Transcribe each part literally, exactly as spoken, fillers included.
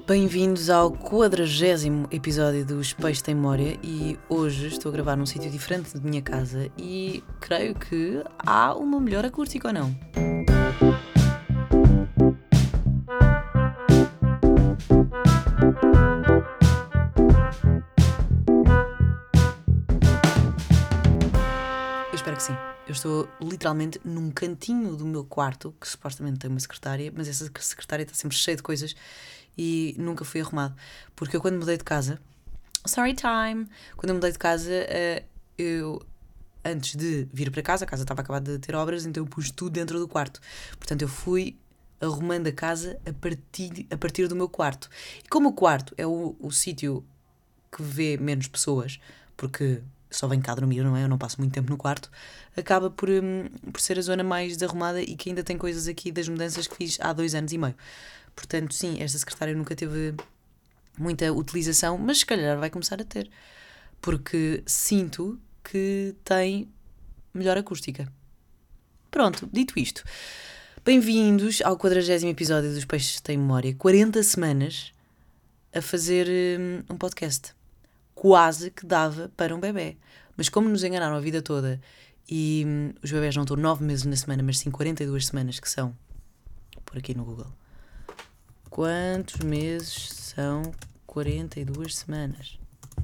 Bem-vindos ao quadragésimo episódio dos Peixes Tem Memória e hoje estou a gravar num sítio diferente de minha casa e creio que há uma melhor acústica ou não? Eu espero que sim. Eu estou literalmente num cantinho do meu quarto, que supostamente tem uma secretária, mas essa secretária está sempre cheia de coisas e nunca fui arrumado. Porque eu quando mudei de casa... Story time! Quando eu mudei de casa, eu... Antes de vir para casa, a casa estava acabada de ter obras, então eu pus tudo dentro do quarto. Portanto, eu fui arrumando a casa a partir, a partir do meu quarto. E como o quarto é o, o sítio que vê menos pessoas, porque só venho cá dormir, não é? Eu não passo muito tempo no quarto, acaba por, um, por ser a zona mais desarrumada e que ainda tem coisas aqui das mudanças que fiz há dois anos e meio. Portanto, sim, esta secretária nunca teve muita utilização, mas se calhar vai começar a ter. Porque sinto que tem melhor acústica. Pronto, dito isto, bem-vindos ao quadragésimo episódio dos Peixes Têm Memória. quarenta semanas a fazer um, um podcast. Quase que dava para um bebê. Mas como nos enganaram a vida toda e hum, os bebés não estão nove meses na semana, mas sim quarenta e duas semanas, que são, por aqui no Google, quantos meses são quarenta e duas semanas?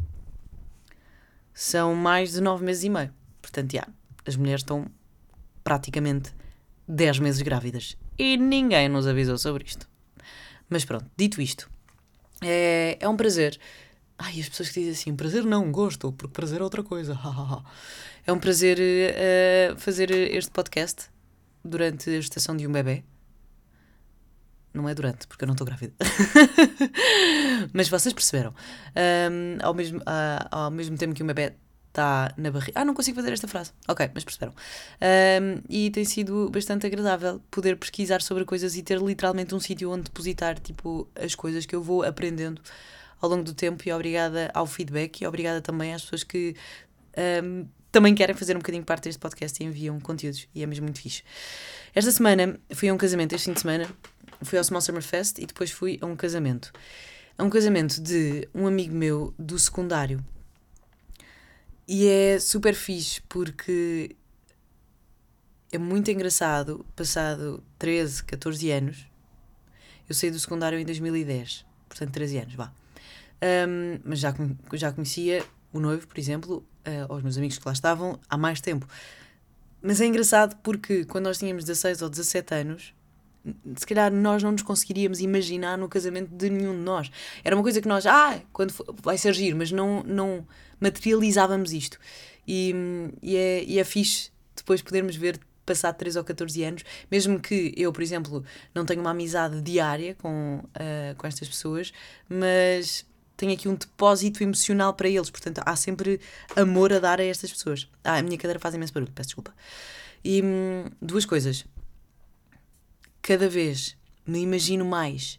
São mais de nove meses e meio. Portanto, já, as mulheres estão praticamente dez meses grávidas. E ninguém nos avisou sobre isto. Mas pronto, dito isto, é, é um prazer. Ai, as pessoas que dizem assim, prazer não, gosto, porque prazer é outra coisa. É um prazer uh, fazer este podcast durante a gestação de um bebê. Não é durante, porque eu não estou grávida. Mas vocês perceberam. Um, ao, mesmo, uh, ao mesmo tempo que o bebê está na barriga... Ah, não consigo fazer esta frase. Ok, mas perceberam. Um, e tem sido bastante agradável poder pesquisar sobre coisas e ter literalmente um sítio onde depositar tipo, as coisas que eu vou aprendendo ao longo do tempo. E obrigada ao feedback e obrigada também às pessoas que um, também querem fazer um bocadinho parte deste podcast e enviam conteúdos. E é mesmo muito fixe. Esta semana fui a um casamento, este fim de semana... Fui ao Small Summer Fest e depois fui a um casamento. A um casamento de um amigo meu do secundário. E é super fixe porque é muito engraçado, passado treze, catorze anos. Eu saí do secundário em dois mil e dez, portanto treze anos, vá. Um, mas já, já conhecia o noivo, por exemplo, uh, aos meus amigos que lá estavam, há mais tempo. Mas é engraçado porque quando nós tínhamos dezasseis ou dezassete anos... se calhar nós não nos conseguiríamos imaginar no casamento de nenhum de nós. Era uma coisa que nós, ah, quando for, vai ser giro, mas não, não materializávamos isto. E, e, é, e é fixe depois podermos ver passado treze ou catorze anos, mesmo que eu, por exemplo, não tenha uma amizade diária com, uh, com estas pessoas, mas tenho aqui um depósito emocional para eles, portanto há sempre amor a dar a estas pessoas. Ah, a minha cadeira faz imenso barulho, peço desculpa. E hum, duas coisas. Cada vez me imagino mais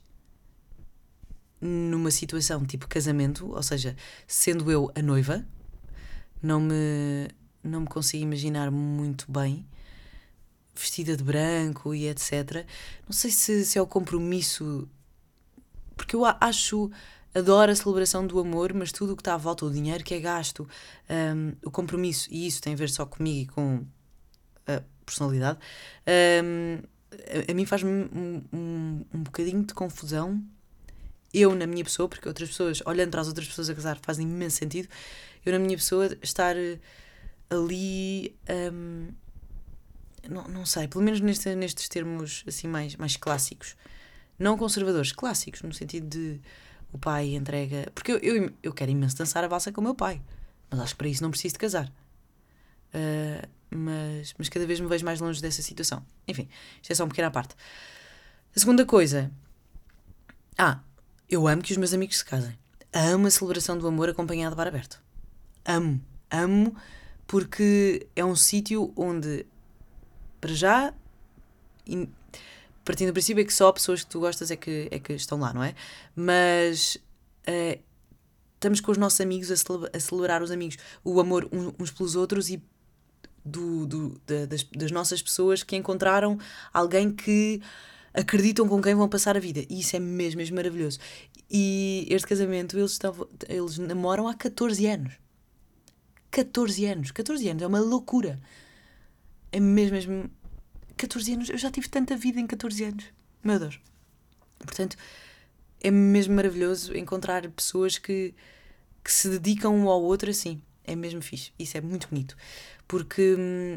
numa situação tipo casamento, ou seja, sendo eu a noiva, não me, não me consigo imaginar muito bem, vestida de branco e etcétera. Não sei se, se é o compromisso, porque eu acho, adoro a celebração do amor, mas tudo o que está à volta, o dinheiro que é gasto, um, o compromisso, e isso tem a ver só comigo e com a personalidade, um, a mim faz-me um, um, um bocadinho de confusão, eu na minha pessoa, porque outras pessoas, olhando para as outras pessoas a casar, fazem imenso sentido, eu na minha pessoa estar ali, um, não, não sei, pelo menos neste, nestes termos assim mais, mais clássicos, não conservadores, clássicos, no sentido de o pai entrega, porque eu, eu, eu quero imenso dançar a valsa com o meu pai, mas acho que para isso não preciso de casar. Uh, mas, mas cada vez me vejo mais longe dessa situação. Enfim, isto é só um pequeno à parte. A segunda coisa, ah, eu amo que os meus amigos se casem, amo a celebração do amor acompanhada de bar aberto, amo, amo porque é um sítio onde, para já, in, partindo do princípio é que só pessoas que tu gostas é que, é que estão lá, não é? Mas uh, estamos com os nossos amigos a, cele- a celebrar os amigos, o amor uns pelos outros e Do, do, da, das, das nossas pessoas que encontraram alguém que acreditam com quem vão passar a vida. E isso é mesmo, mesmo maravilhoso. E este casamento, eles, estavam, eles namoram há catorze anos. catorze anos. catorze anos, é uma loucura. É mesmo, mesmo... catorze anos, eu já tive tanta vida em catorze anos. Meu Deus. Portanto, é mesmo maravilhoso encontrar pessoas que, que se dedicam um ao outro assim. É mesmo fixe. Isso é muito bonito. Porque hum,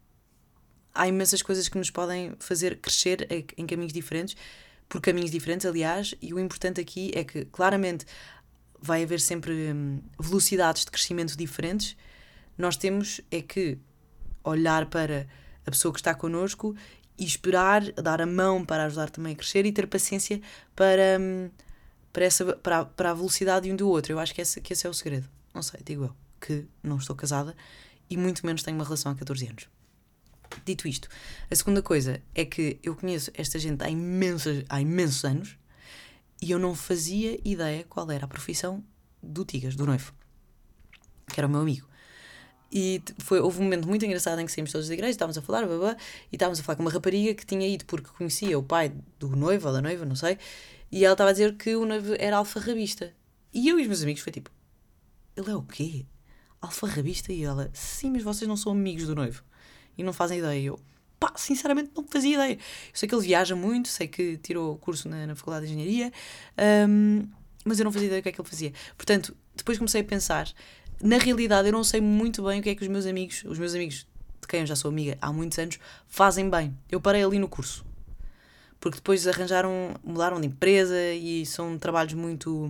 há imensas coisas que nos podem fazer crescer em caminhos diferentes, por caminhos diferentes, aliás, e o importante aqui é que, claramente, vai haver sempre hum, velocidades de crescimento diferentes. Nós temos é que olhar para a pessoa que está connosco e esperar, dar a mão para ajudar também a crescer e ter paciência para, para, essa, para, a, para a velocidade de um do outro. Eu acho que esse, que esse é o segredo. Não sei, digo eu, que não estou casada e muito menos tenho uma relação há catorze anos. Dito isto, a segunda coisa é que eu conheço esta gente há imensos, há imensos anos e eu não fazia ideia qual era a profissão do Tigas, do noivo, que era o meu amigo. E foi, houve um momento muito engraçado em que saímos todos da igreja, estávamos a falar, babá, e estávamos a falar com uma rapariga que tinha ido porque conhecia o pai do noivo ou da noiva, não sei, e ela estava a dizer que o noivo era alfarrabista. E eu e os meus amigos foi tipo, ele é o quê? Alfarrabista? E ela, sim, mas vocês não são amigos do noivo e não fazem ideia. E eu, pá, sinceramente não fazia ideia. Eu sei que ele viaja muito, sei que tirou o curso na, na Faculdade de Engenharia, um, mas eu não fazia ideia do que é que ele fazia. Portanto, depois comecei a pensar, na realidade eu não sei muito bem o que é que os meus amigos, os meus amigos de quem eu já sou amiga há muitos anos, fazem bem. Eu parei ali no curso. Porque depois arranjaram, mudaram de empresa e são trabalhos muito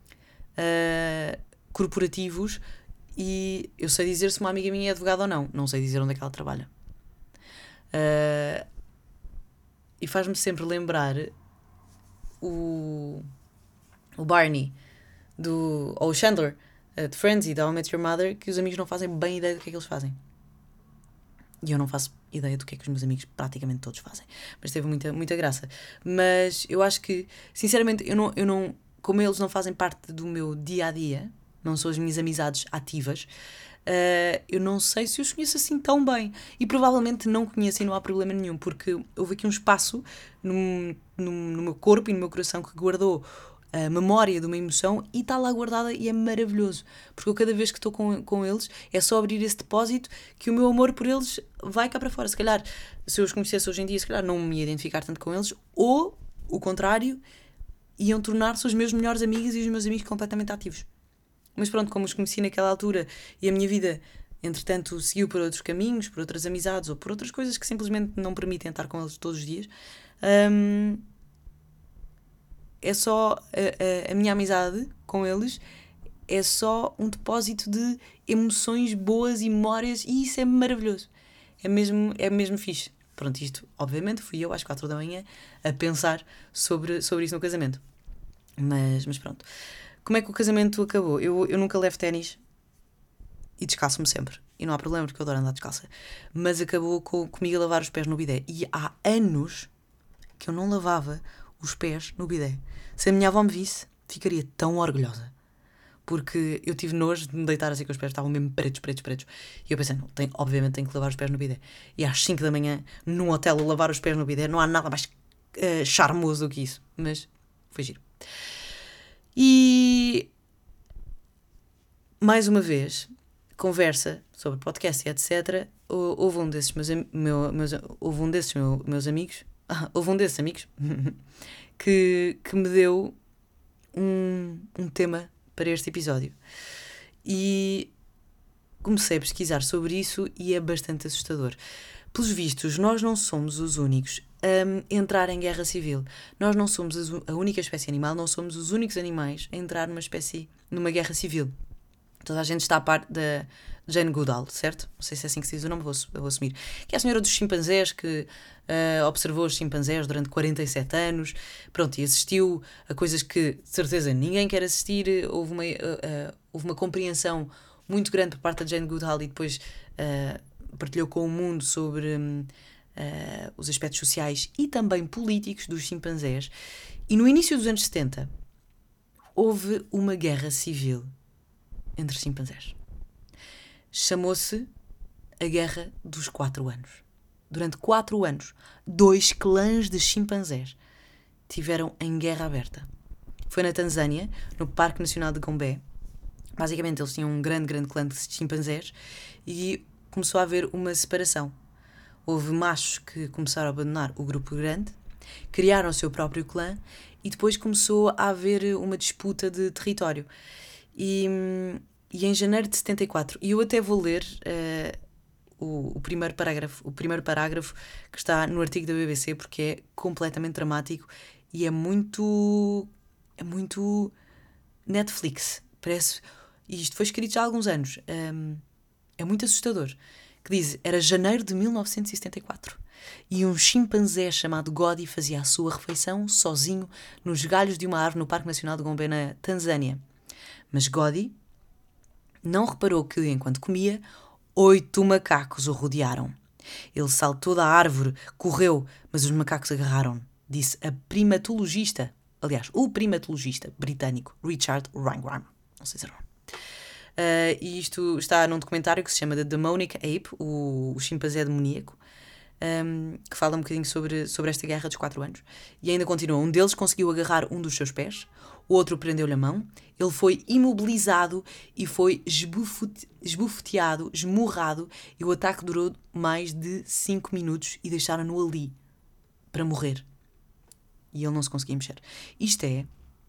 uh, corporativos e eu sei dizer se uma amiga minha é advogada ou não. Não sei dizer onde é que ela trabalha. Uh, e faz-me sempre lembrar o, o Barney do, ou o Chandler de Friends e da How I Met Your Mother, que os amigos não fazem bem ideia do que é que eles fazem. E eu não faço ideia do que é que os meus amigos praticamente todos fazem. Mas teve muita, muita graça. Mas eu acho que, sinceramente, eu não, eu não, como eles não fazem parte do meu dia-a-dia, não são as minhas amizades ativas, uh, eu não sei se os conheço assim tão bem. E provavelmente não conheço e não há problema nenhum, porque houve aqui um espaço no, no, no meu corpo e no meu coração que guardou a memória de uma emoção e está lá guardada e é maravilhoso, porque eu cada vez que estou com, com eles é só abrir esse depósito que o meu amor por eles vai cá para fora. Se calhar, se eu os conhecesse hoje em dia, se calhar não me ia identificar tanto com eles, ou o contrário, iam tornar-se os meus melhores amigos e os meus amigos completamente ativos. Mas pronto, como os conheci naquela altura e a minha vida entretanto seguiu por outros caminhos, por outras amizades ou por outras coisas que simplesmente não permitem estar com eles todos os dias, hum, é só a, a, a minha amizade com eles é só um depósito de emoções boas e memórias e isso é maravilhoso. É mesmo, é mesmo fixe. Pronto, isto, obviamente, fui eu às quatro da manhã a pensar sobre, sobre isso no casamento. Mas, mas pronto. Como é que o casamento acabou? Eu, eu nunca levo ténis e descalço-me sempre. E não há problema porque eu adoro andar descalça. Mas acabou com, comigo a lavar os pés no bidé. E há anos que eu não lavava os pés no bidé. Se a minha avó me visse, ficaria tão orgulhosa. Porque eu tive nojo de me deitar assim com os pés, estavam mesmo pretos, pretos, pretos. E eu pensei, não, tem, obviamente tenho que lavar os pés no bidé. E às cinco da manhã, num hotel, lavar os pés no bidé, não há nada mais uh, charmoso do que isso. Mas foi giro. E mais uma vez, conversa sobre podcast e etcétera. Houve um desses meus, meu, meus, houve um desses meu, meus amigos, ah, houve um desses amigos que, que me deu um, um tema para este episódio. E comecei a pesquisar sobre isso e é bastante assustador. Pelos vistos, nós não somos os únicos a entrar em guerra civil. Nós não somos a única espécie animal, não somos os únicos animais a entrar numa espécie, numa guerra civil. Toda a gente está a par da Jane Goodall, certo? Não sei se é assim que se diz o nome, vou, vou assumir. Que é a senhora dos chimpanzés que uh, observou os chimpanzés durante quarenta e sete anos. Pronto, e assistiu a coisas que, de certeza, ninguém quer assistir. Houve uma, uh, uh, houve uma compreensão muito grande por parte da Jane Goodall e depois uh, partilhou com o mundo sobre um, uh, os aspectos sociais e também políticos dos chimpanzés. E no início dos anos setenta, houve uma guerra civil entre chimpanzés. Chamou-se a Guerra dos Quatro Anos. durante quatro anos, dois clãs de chimpanzés tiveram em guerra aberta. Foi na Tanzânia, no Parque Nacional de Gombe. Basicamente, eles tinham um grande, grande clã de chimpanzés e começou a haver uma separação. Houve machos que começaram a abandonar o grupo grande, criaram o seu próprio clã e depois começou a haver uma disputa de território. E, e em janeiro de setenta e quatro, e eu até vou ler uh, o, o, primeiro parágrafo, o primeiro parágrafo que está no artigo da B B C, porque é completamente dramático e é muito, é muito Netflix. Parece, e isto foi escrito já há alguns anos. Um, é muito assustador. Que diz, era janeiro de mil novecentos e setenta e quatro e um chimpanzé chamado Godi fazia a sua refeição sozinho nos galhos de uma árvore no Parque Nacional de Gombe, na Tanzânia. Mas Godi não reparou que, enquanto comia, oito macacos o rodearam. Ele saltou da árvore, correu, mas os macacos agarraram-no, disse a primatologista, aliás, o primatologista britânico Richard Wrangham. Não sei se era. Uh, e isto está num documentário que se chama The Demonic Ape, o, o chimpanzé demoníaco, um, que fala um bocadinho sobre, sobre esta guerra dos quatro anos. E ainda continua. Um deles conseguiu agarrar um dos seus pés, o outro prendeu-lhe a mão, ele foi imobilizado e foi esbufete, esbufeteado, esmurrado, e o ataque durou mais de cinco minutos e deixaram-no ali para morrer. E ele não se conseguia mexer. Isto é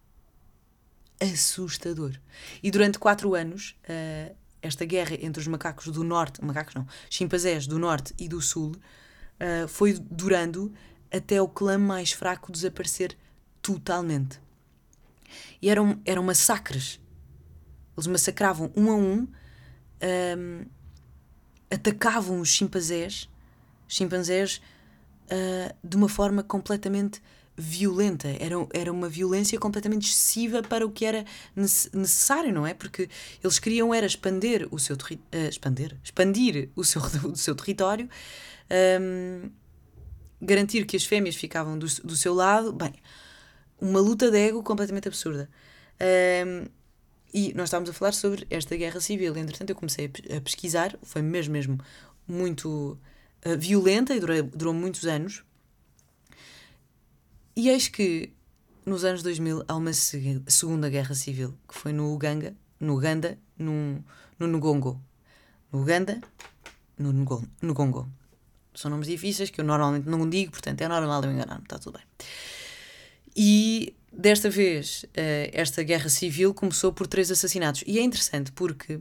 assustador. E durante quatro anos, uh, esta guerra entre os macacos do norte, macacos não, chimpanzés do norte e do sul, uh, foi durando até o clã mais fraco desaparecer totalmente. E eram, eram massacres. Eles massacravam um a um, um atacavam os chimpanzés, chimpanzés uh, de uma forma completamente violenta. Era, era uma violência completamente excessiva para o que era necessário, não é? Porque eles queriam era expandir o seu, terri- uh, expandir, expandir o seu, o seu território, um, garantir que as fêmeas ficavam do, do seu lado. Bem, uma luta de ego completamente absurda. Um, e nós estávamos a falar sobre esta guerra civil. Entretanto, eu comecei a pesquisar. Foi mesmo, mesmo muito uh, violenta e durou, durou muitos anos. E eis que, nos anos dois mil, há uma seg- segunda guerra civil, que foi no Uganda, no Uganda, no, no Ngongo. No Uganda, no Ngongo. No Ngongo. São nomes difíceis que eu normalmente não digo, portanto é normal eu enganar-me, está tudo bem. E desta vez, esta guerra civil começou por três assassinatos. E é interessante porque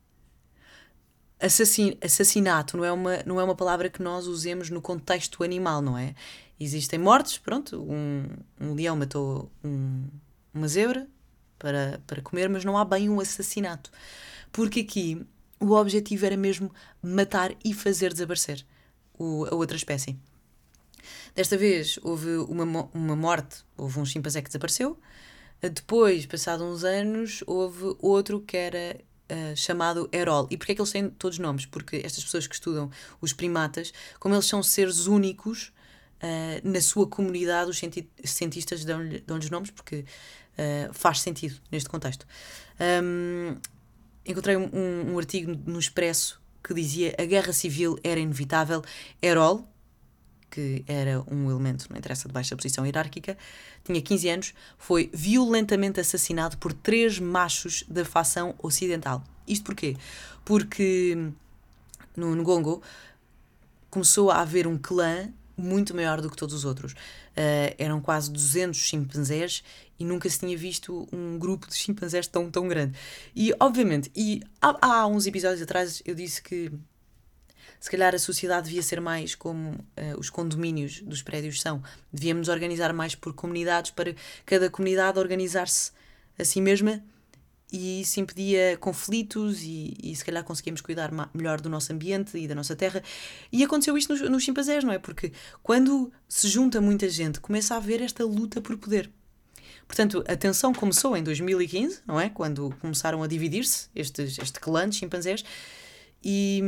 assassin- assassinato não é, uma, não é uma palavra que nós usemos no contexto animal, não é? Existem mortes, pronto, um, um leão matou um, uma zebra para, para comer, mas não há bem um assassinato. Porque aqui o objetivo era mesmo matar e fazer desaparecer o, a outra espécie. Desta vez houve uma, uma morte, houve um chimpanzé que desapareceu. Depois, passados uns anos, houve outro que era uh, chamado Erol. E porquê é que eles têm todos nomes? Porque estas pessoas que estudam os primatas, como eles são seres únicos, uh, na sua comunidade, os cienti- cientistas dão-lhe, dão-lhes nomes porque uh, faz sentido neste contexto. Um, encontrei um, um, um artigo no Expresso que dizia a guerra civil era inevitável. Erol, que era um elemento, não interessa, de baixa posição hierárquica, tinha quinze anos, foi violentamente assassinado por três machos da facção ocidental. Isto porquê? Porque no Ngongo começou a haver um clã muito maior do que todos os outros. Uh, eram quase duzentos chimpanzés e nunca se tinha visto um grupo de chimpanzés tão, tão grande. E, obviamente, e há, há uns episódios atrás eu disse que se calhar a sociedade devia ser mais como uh, os condomínios dos prédios são. Devíamos organizar mais por comunidades para cada comunidade organizar-se a si mesma e isso impedia conflitos e, e se calhar conseguíamos cuidar ma- melhor do nosso ambiente e da nossa terra. E aconteceu isto nos, nos chimpanzés, não é? Porque quando se junta muita gente, começa a haver esta luta por poder. Portanto, a tensão começou em dois mil e quinze, não é? Quando começaram a dividir-se estes, este clã de chimpanzés e...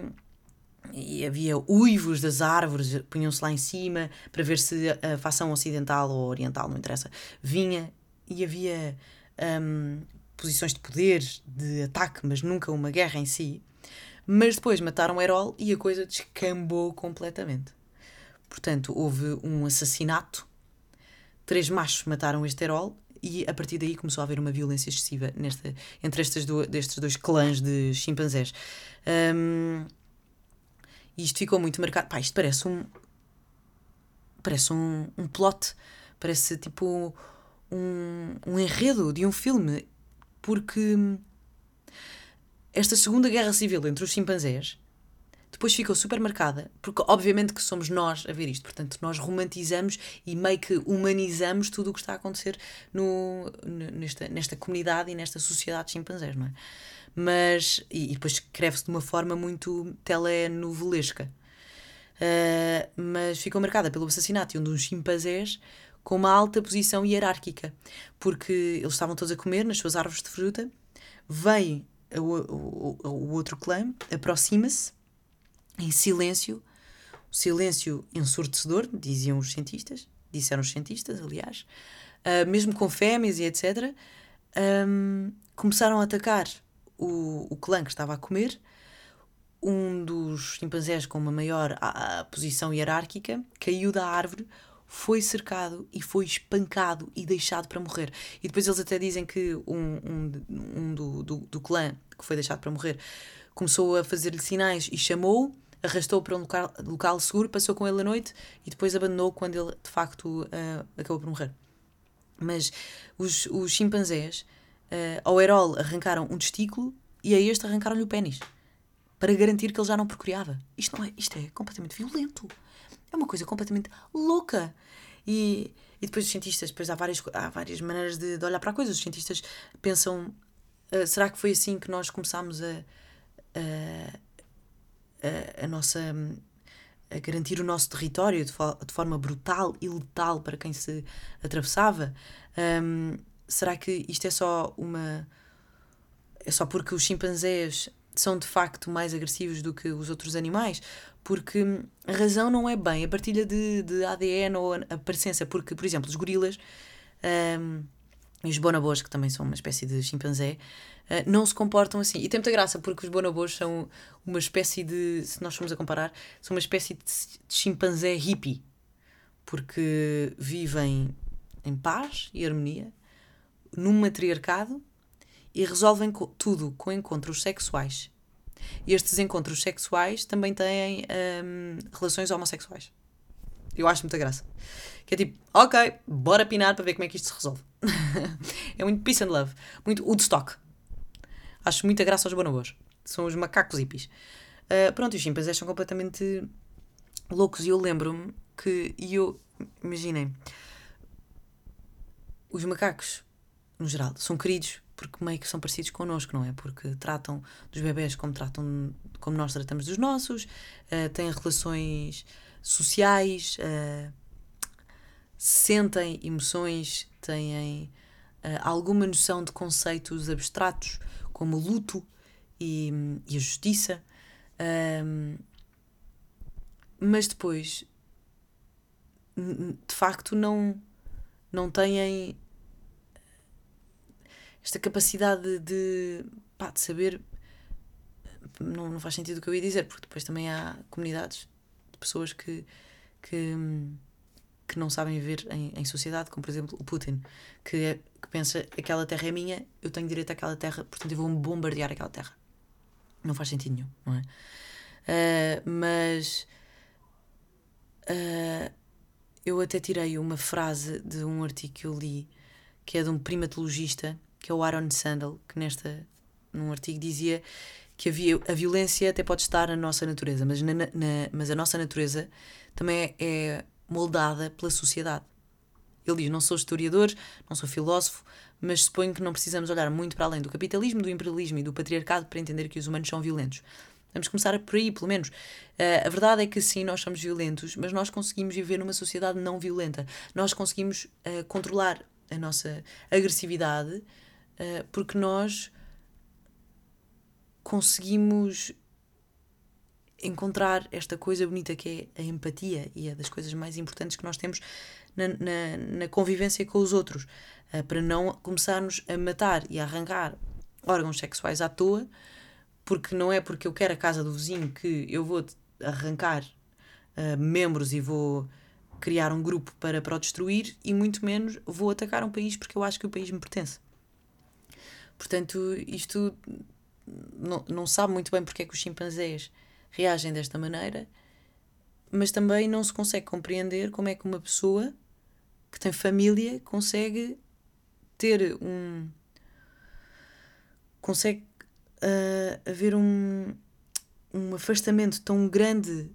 E havia uivos das árvores, punham-se lá em cima para ver se a facção ocidental ou oriental, não interessa, vinha. E havia um, posições de poder, de ataque, mas nunca uma guerra em si. Mas depois mataram o Erol e a coisa descambou completamente. Portanto, houve um assassinato, três machos mataram este Erol e a partir daí começou a haver uma violência excessiva nesta, entre estas do, destes dois clãs de chimpanzés. Um, e isto ficou muito marcado. Pá, isto parece um... Parece um, um plot. Parece tipo um, um enredo de um filme. Porque esta segunda guerra civil entre os chimpanzés depois ficou super marcada, porque obviamente que somos nós a ver isto, portanto nós romantizamos e meio que humanizamos tudo o que está a acontecer no, nesta, nesta comunidade e nesta sociedade de chimpanzés, não é? Mas, e, e depois escreve-se de uma forma muito telenovelesca. Uh, mas ficou marcada pelo assassinato de um dos chimpanzés com uma alta posição hierárquica, porque eles estavam todos a comer nas suas árvores de fruta, vem o, o, o outro clã, aproxima-se em silêncio, o silêncio ensurdecedor, diziam os cientistas, disseram os cientistas, aliás, uh, mesmo com fêmeas e etcétera, um, começaram a atacar o, o clã que estava a comer. Um dos chimpanzés com uma maior a, a posição hierárquica caiu da árvore, foi cercado e foi espancado e deixado para morrer. E depois eles até dizem que um, um, um do, do, do clã que foi deixado para morrer começou a fazer-lhe sinais e chamou-o, arrastou-o para um local, local seguro, passou com ele a noite e depois abandonou quando ele de facto uh, acabou por morrer. Mas os, os chimpanzés uh, ao Erol arrancaram um testículo e a este arrancaram-lhe o pénis para garantir que ele já não procriava. Isto, não é, isto é completamente violento. É uma coisa completamente louca. E, e depois os cientistas, depois há várias, há várias maneiras de, de olhar para a coisa. Os cientistas pensam, uh, será que foi assim que nós começámos a, a, a, a nossa... a garantir o nosso território de, fo- de forma brutal e letal para quem se atravessava? Um, será que isto é só uma... é só porque os chimpanzés são de facto mais agressivos do que os outros animais? Porque a razão não é bem a partilha de, de A D N ou a parecença, porque, por exemplo, os gorilas um, e os bonobos, que também são uma espécie de chimpanzé, uh, não se comportam assim. E tem muita graça, porque os bonobos são uma espécie de, se nós formos a comparar, são uma espécie de, de chimpanzé hippie, porque vivem em paz e harmonia, num matriarcado, e resolvem co- tudo com encontros sexuais. E estes encontros sexuais também têm hum, relações homossexuais. Eu acho muita graça. Que é tipo, ok, bora pinar para ver como é que isto se resolve. É muito peace and love. Muito Woodstock. Acho muita graça aos bonobos. São os macacos hippies. Uh, pronto, e os chimpanzés são completamente loucos. E eu lembro-me que... E eu... Imaginem. Os macacos, no geral, são queridos porque meio que são parecidos connosco, não é? Porque tratam dos bebés como, tratam, como nós tratamos dos nossos, uh, têm relações sociais, uh, sentem emoções, têm uh, alguma noção de conceitos abstratos, como o luto e, e a justiça. Um, mas depois, de facto, não, não têm esta capacidade de, pá, de saber. Não, não faz sentido o que eu ia dizer, porque depois também há comunidades de pessoas que, que, que não sabem viver em, em sociedade, como por exemplo o Putin, que, é, que pensa aquela terra é minha, eu tenho direito àquela terra, portanto eu vou bombardear aquela terra. Não faz sentido nenhum, não é? Uh, mas uh, eu até tirei uma frase de um artigo que eu li, que é de um primatologista, que é o Aaron Sandel, que nesta, num artigo dizia que havia, a violência até pode estar na nossa natureza, mas, na, na, mas a nossa natureza também é, é moldada pela sociedade. Ele diz, não sou historiador, não sou filósofo, mas suponho que não precisamos olhar muito para além do capitalismo, do imperialismo e do patriarcado para entender que os humanos são violentos. Vamos começar por aí, pelo menos. Uh, a verdade é que sim, nós somos violentos, mas nós conseguimos viver numa sociedade não violenta. Nós conseguimos uh, controlar a nossa agressividade uh, porque nós conseguimos encontrar esta coisa bonita que é a empatia, e é das coisas mais importantes que nós temos na, na, na convivência com os outros, uh, para não começarmos a matar e a arrancar órgãos sexuais à toa, porque não é porque eu quero a casa do vizinho que eu vou arrancar uh, membros e vou criar um grupo para, para o destruir, e muito menos vou atacar um país porque eu acho que o país me pertence. Portanto, isto não, não sabe muito bem porque é que os chimpanzés reagem desta maneira, mas também não se consegue compreender como é que uma pessoa que tem família consegue ter um... consegue uh, haver um, um afastamento tão grande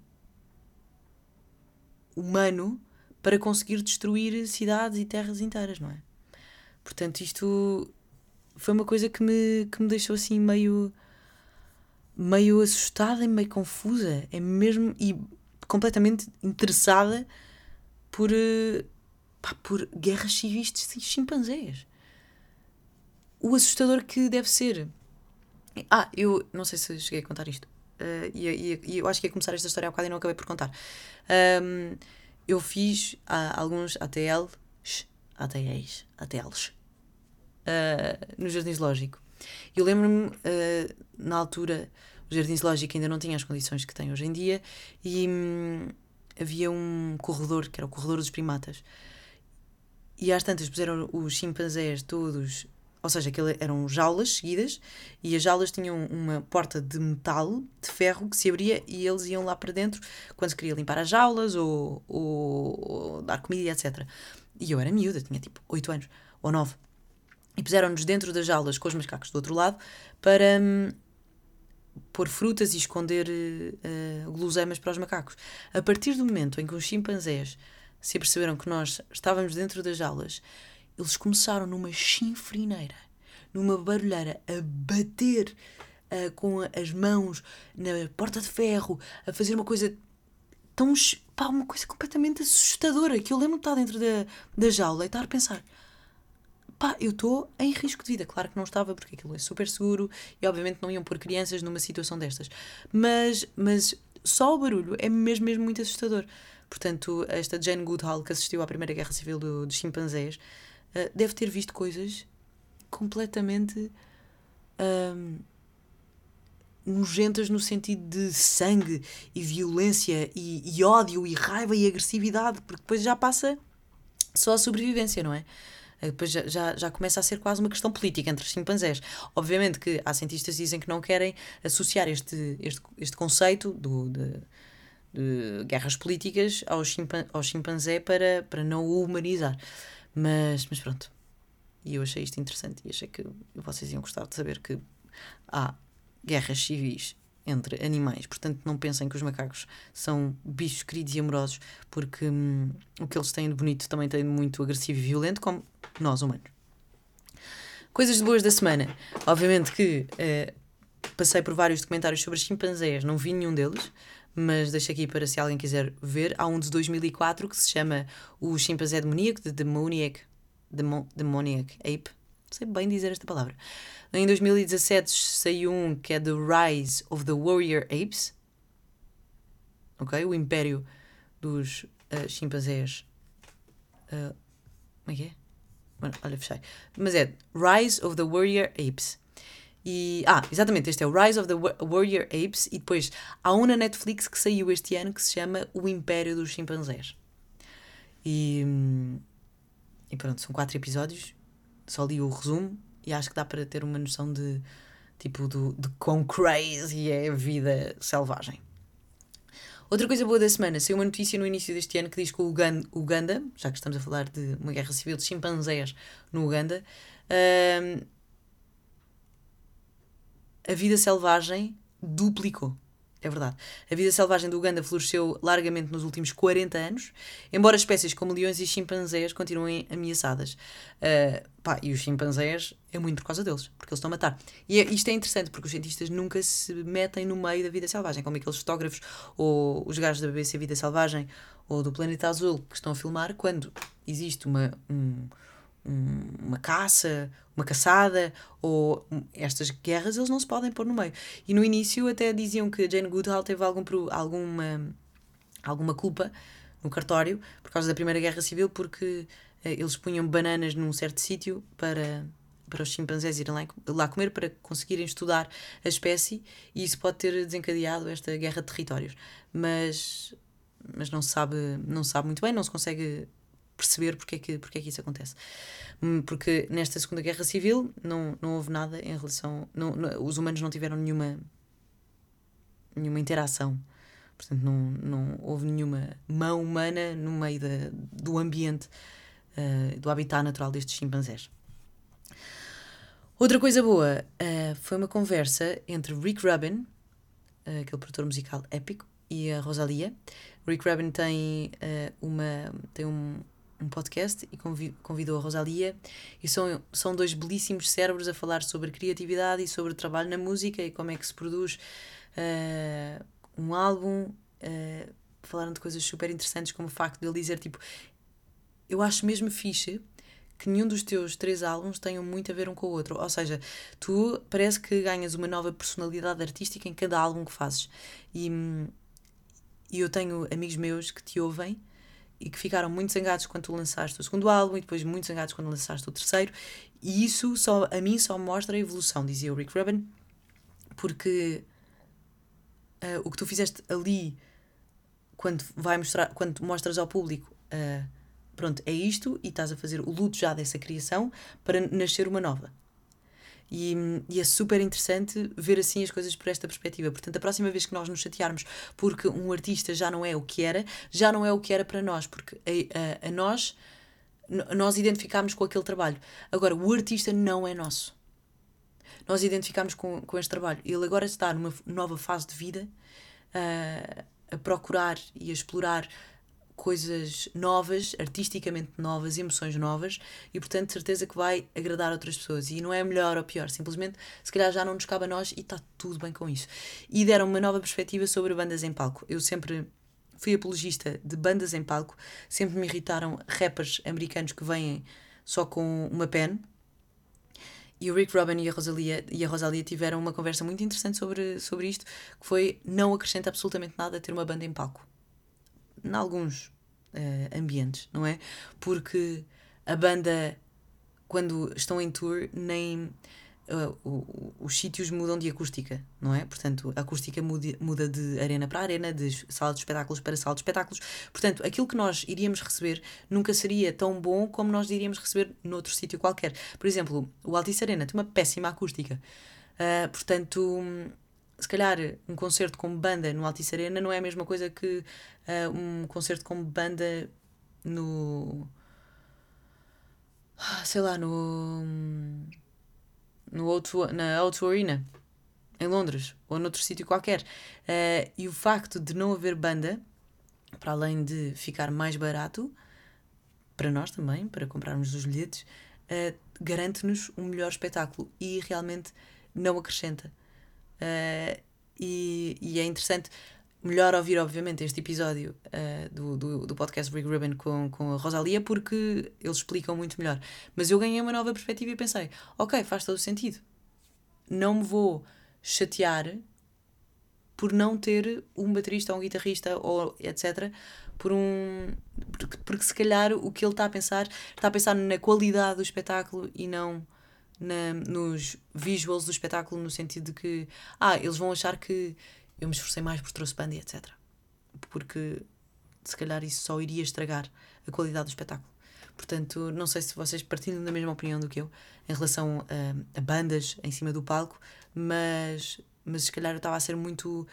humano para conseguir destruir cidades e terras inteiras, não é? Portanto, isto foi uma coisa que me, que me deixou assim meio meio assustada e meio confusa, é mesmo, e completamente interessada por, pá, por guerras civis de chimpanzés. O assustador que deve ser. Ah, eu não sei se cheguei a contar isto. Uh, e, e, e eu acho que ia começar esta história há bocado e não acabei por contar. Um, eu fiz há alguns A T Ls, A T Es, A T Ls, uh, no Jardim Zoológico. Eu lembro-me, uh, na altura, o Jardim Zoológico ainda não tinha as condições que tem hoje em dia, e hum, havia um corredor, que era o corredor dos primatas. E às tantas puseram os chimpanzés todos, ou seja, aquilo eram jaulas seguidas, e as jaulas tinham uma porta de metal, de ferro, que se abria e eles iam lá para dentro quando se queria limpar as jaulas ou, ou, ou dar comida, etcétera. E eu era miúda, tinha tipo oito anos ou nove. E puseram-nos dentro das jaulas com os macacos do outro lado para hum, pôr frutas e esconder uh, guloseimas para os macacos. A partir do momento em que os chimpanzés se aperceberam que nós estávamos dentro das jaulas, eles começaram numa chinfrineira, numa barulheira, a bater uh, com as mãos na porta de ferro, a fazer uma coisa tão... pá, uma coisa completamente assustadora, que eu lembro de estar dentro da, da jaula e estar a pensar... pá, eu estou em risco de vida. Claro que não estava, porque aquilo é super seguro e obviamente não iam pôr crianças numa situação destas. Mas, mas só o barulho é mesmo, mesmo muito assustador. Portanto, esta Jane Goodall, que assistiu à Primeira Guerra Civil do, dos chimpanzés, uh, deve ter visto coisas completamente um, nojentas no sentido de sangue e violência e, e ódio e raiva e agressividade, porque depois já passa só a sobrevivência, não é? Depois já, já, já começa a ser quase uma questão política entre os chimpanzés. Obviamente que há cientistas que dizem que não querem associar este, este, este conceito do, de, de guerras políticas ao, chimpan, ao chimpanzé para, para não o humanizar. Mas, mas pronto. E eu achei isto interessante e achei que vocês iam gostar de saber que há guerras civis entre animais. Portanto, não pensem que os macacos são bichos queridos e amorosos, porque hum, o que eles têm de bonito também tem de muito agressivo e violento, como nós, humanos. Coisas de boas da semana. Obviamente que eh, passei por vários documentários sobre chimpanzés, não vi nenhum deles, mas deixo aqui para se alguém quiser ver. Há um de dois mil e quatro que se chama O Chimpanzé Demoníaco, de Demoniac, Demo, Demoniac Ape. Não sei bem dizer esta palavra. Em dois mil e dezassete saiu um que é The Rise of the Warrior Apes. Ok? O Império dos uh, Chimpanzés. Uh, como é que é? Bueno, olha, fechei. Mas é Rise of the Warrior Apes. E, ah, exatamente, este é o Rise of the Warrior Apes. E depois há um na Netflix que saiu este ano que se chama O Império dos Chimpanzés. E, e pronto, são quatro episódios. Só li o resumo e acho que dá para ter uma noção de tipo do, de quão crazy é a vida selvagem. Outra coisa boa da semana, saiu uma notícia no início deste ano que diz que o Uganda, já que estamos a falar de uma guerra civil de chimpanzés no Uganda, uh, a vida selvagem duplicou. É verdade. A vida selvagem do Uganda floresceu largamente nos últimos quarenta anos, embora espécies como leões e chimpanzés continuem ameaçadas. Uh, pá, e os chimpanzés é muito por causa deles, porque eles estão a matar. E é, isto é interessante, porque os cientistas nunca se metem no meio da vida selvagem, como aqueles fotógrafos ou os gajos da B B C Vida Selvagem ou do Planeta Azul que estão a filmar quando existe uma... Um, uma caça, uma caçada ou estas guerras, eles não se podem pôr no meio. E no início até diziam que a Jane Goodall teve algum, alguma, alguma culpa no cartório por causa da Primeira Guerra Civil, porque eh, eles punham bananas num certo sítio para, para os chimpanzés irem lá, lá comer para conseguirem estudar a espécie, e isso pode ter desencadeado esta guerra de territórios. Mas, mas não se sabe, não se sabe muito bem, não se consegue perceber porque é que, porque é que isso acontece. Porque nesta Segunda Guerra Civil não, não houve nada em relação... Não, não, os humanos não tiveram nenhuma, nenhuma interação. Portanto, não, não houve nenhuma mão humana no meio da, do ambiente, uh, do habitat natural destes chimpanzés. Outra coisa boa uh, foi uma conversa entre Rick Rubin, uh, aquele produtor musical épico, e a Rosalía. Rick Rubin tem, uh, uma, tem um, um podcast e convi- convidou a Rosalía, e são, são dois belíssimos cérebros a falar sobre criatividade e sobre o trabalho na música e como é que se produz uh, um álbum. Uh, falaram de coisas super interessantes, como o facto de ele dizer, tipo, eu acho mesmo fixe que nenhum dos teus três álbuns tenham muito a ver um com o outro. Ou seja, tu parece que ganhas uma nova personalidade artística em cada álbum que fazes. E, e eu tenho amigos meus que te ouvem e que ficaram muito zangados quando tu lançaste o segundo álbum e depois muito zangados quando lançaste o terceiro. E isso só, a mim só mostra a evolução, dizia o Rick Rubin, porque uh, o que tu fizeste ali, quando, vai mostrar, quando mostras ao público... Uh, pronto, é isto, e estás a fazer o luto já dessa criação para nascer uma nova. E, e é super interessante ver assim as coisas por esta perspectiva. Portanto, a próxima vez que nós nos chatearmos porque um artista já não é o que era, já não é o que era para nós, porque a, a, a nós, nós identificámos com aquele trabalho. Agora, o artista não é nosso. Nós identificámos com, com este trabalho. Ele agora está numa nova fase de vida, a, a procurar e a explorar coisas novas, artisticamente novas, emoções novas, e portanto de certeza que vai agradar outras pessoas. E não é melhor ou pior, simplesmente se calhar já não nos cabe a nós e está tudo bem com isso. E deram uma nova perspectiva sobre bandas em palco. Eu sempre fui apologista de bandas em palco, sempre me irritaram rappers americanos que vêm só com uma pen. E o Rick Rubin e a Rosalía, e a Rosalía tiveram uma conversa muito interessante sobre, sobre isto, que foi: não acrescenta absolutamente nada ter uma banda em palco. Em alguns uh, ambientes, não é? Porque a banda, quando estão em tour, nem uh, o, o, os sítios mudam de acústica, não é? Portanto, a acústica muda, muda de arena para arena, de sala de espetáculos para sala de espetáculos. Portanto, aquilo que nós iríamos receber nunca seria tão bom como nós iríamos receber noutro sítio qualquer. Por exemplo, o Altice Arena tem uma péssima acústica. Uh, portanto... se calhar um concerto com banda no Altice Arena não é a mesma coisa que uh, um concerto com banda no... sei lá, no... no outro, na O dois Arena, em Londres, ou noutro sítio qualquer. Uh, e o facto de não haver banda, para além de ficar mais barato, para nós também, para comprarmos os bilhetes, uh, garante-nos um melhor espetáculo e realmente não acrescenta. Uh, e, e é interessante, melhor ouvir obviamente este episódio uh, do, do, do podcast Rick Rubin com, com a Rosalía, porque eles explicam muito melhor. Mas eu ganhei uma nova perspectiva e pensei, ok, faz todo o sentido, não me vou chatear por não ter um baterista ou um guitarrista ou etc, por um porque, porque se calhar o que ele está a pensar está a pensar na qualidade do espetáculo e não Na, nos visuals do espetáculo, no sentido de que ah, eles vão achar que eu me esforcei mais por trouxe banda, etcétera. Porque se calhar isso só iria estragar a qualidade do espetáculo. Portanto, não sei se vocês partilham da mesma opinião do que eu em relação a, a bandas em cima do palco, mas, mas se calhar eu estava a ser muito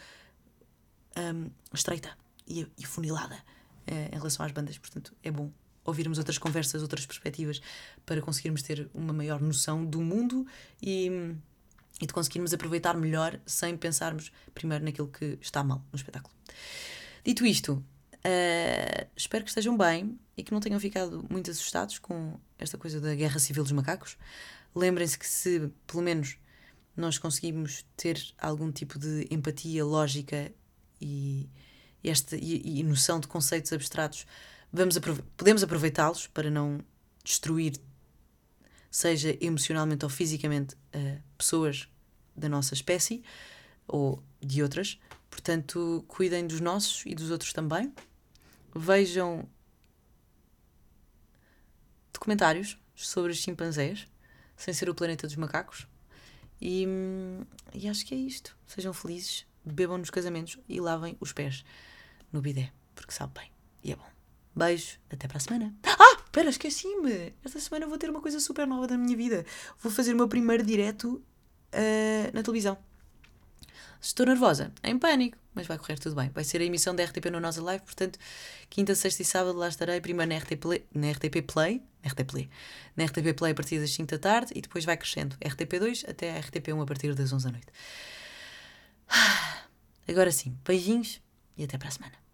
um, estreita e, e funilada uh, em relação às bandas. Portanto, é bom ouvirmos outras conversas, outras perspectivas, para conseguirmos ter uma maior noção do mundo e, e de conseguirmos aproveitar melhor sem pensarmos primeiro naquilo que está mal no espetáculo. Dito isto, uh, espero que estejam bem e que não tenham ficado muito assustados com esta coisa da guerra civil dos macacos. Lembrem-se que se, pelo menos, nós conseguimos ter algum tipo de empatia, lógica e, e, esta, e, e noção de conceitos abstratos, Vamos aprove- podemos aproveitá-los para não destruir, seja emocionalmente ou fisicamente, uh, pessoas da nossa espécie ou de outras. Portanto, cuidem dos nossos e dos outros também. Vejam documentários sobre os chimpanzés, sem ser o planeta dos macacos. E, e acho que é isto. Sejam felizes, bebam nos casamentos e lavem os pés no bidé, porque sabe bem e é bom. Beijo, até para a semana. Ah, espera, esqueci-me. Esta semana vou ter uma coisa super nova da minha vida. Vou fazer o meu primeiro direto uh, na televisão. Estou nervosa, em pânico, mas vai correr tudo bem. Vai ser a emissão da R T P no Nossa Live, portanto, quinta, sexta e sábado lá estarei, primeiro na R T P Play, na R T P Play, R T P Play, na R T P Play a partir das cinco da tarde e depois vai crescendo R T P dois até a R T P um a partir das onze da noite. Agora sim, beijinhos e até para a semana.